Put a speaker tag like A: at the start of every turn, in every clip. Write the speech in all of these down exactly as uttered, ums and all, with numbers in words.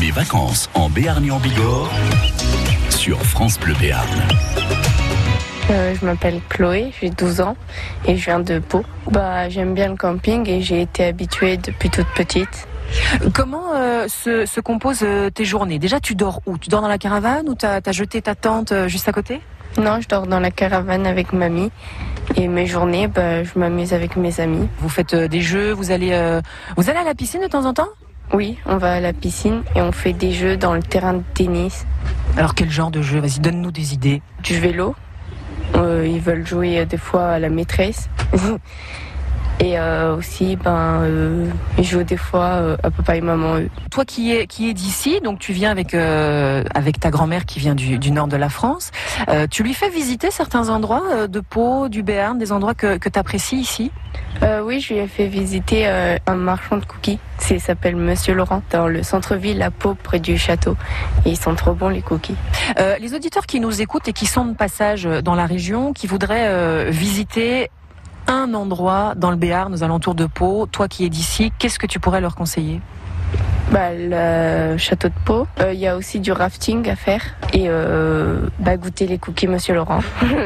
A: Mes vacances en Béarn et en Bigorre sur France Bleu Béarn.
B: Euh, je m'appelle Chloé, j'ai douze ans et je viens de Pau. Bah, j'aime bien le camping et j'ai été habituée depuis toute petite.
C: Comment euh, se, se composent euh, tes journées? Déjà, tu dors où? Tu dors dans la caravane ou t'as, t'as jeté ta tente euh, juste à côté?
B: Non, je dors dans la caravane avec mamie et mes journées, bah, je m'amuse avec mes amis.
C: Vous faites euh, des jeux, vous allez, euh, vous allez à la piscine de temps en temps?
B: Oui, on va à la piscine et on fait des jeux dans le terrain de tennis.
C: Alors quel genre de jeu? Vas-y, donne-nous des idées.
B: Du vélo, euh, ils veulent jouer euh, des fois à la maîtresse. Et euh, aussi, ben, euh, ils jouent des fois euh, à papa et maman. Eux.
C: Toi qui es, qui est d'ici, donc tu viens avec, euh, avec ta grand-mère qui vient du, du nord de la France. Euh, tu lui fais visiter certains endroits euh, de Pau, du Béarn, des endroits que, que tu apprécies ici?
B: euh, Oui, je lui ai fait visiter euh, un marchand de cookies. Il s'appelle Monsieur Laurent, dans le centre-ville à Pau, près du château. Et ils sont trop bons, les cookies.
C: Euh, les auditeurs qui nous écoutent et qui sont de passage dans la région, qui voudraient euh, visiter un endroit dans le Béarn, aux alentours de Pau, toi qui es d'ici, qu'est-ce que tu pourrais leur conseiller?
B: Bah, le château de Pau. Il euh, y a aussi du rafting à faire et euh, bah, goûter les cookies Monsieur Laurent.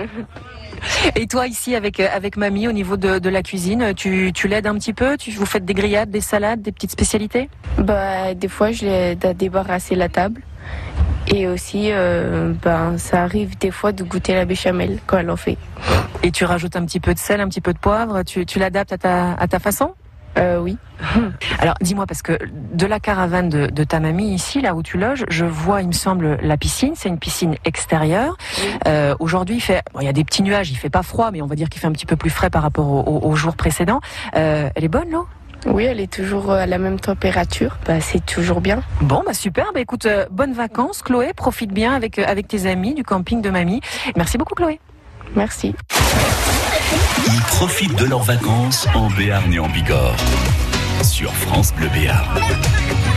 C: Et toi ici avec, avec mamie au niveau de, de la cuisine, tu, tu l'aides un petit peu? Tu, vous faites des grillades, des salades, des petites spécialités?
B: Bah, des fois je l'aide à débarrasser la table. Et aussi, euh, ben, ça arrive des fois de goûter la béchamel quand elle en fait.
C: Et tu rajoutes un petit peu de sel, un petit peu de poivre, tu, tu l'adaptes à ta, à ta façon?
B: Euh, oui.
C: Alors dis-moi, parce que de la caravane de, de ta mamie ici, là où tu loges, je vois, il me semble, la piscine. C'est une piscine extérieure.
B: Oui.
C: Euh, aujourd'hui, il fait, bon, il y a des petits nuages, il fait pas froid, mais on va dire qu'il fait un petit peu plus frais par rapport au, au, au jour précédent. Euh, elle est bonne, l'eau?
B: Oui, elle est toujours à la même température. Bah, c'est toujours bien.
C: Bon, bah super. Bah écoute, euh, bonnes vacances, Chloé. Profite bien avec, euh, avec tes amis du camping de mamie. Merci beaucoup, Chloé.
B: Merci.
A: Ils profitent de leurs vacances en Béarn et en Bigorre sur France Bleu Béarn.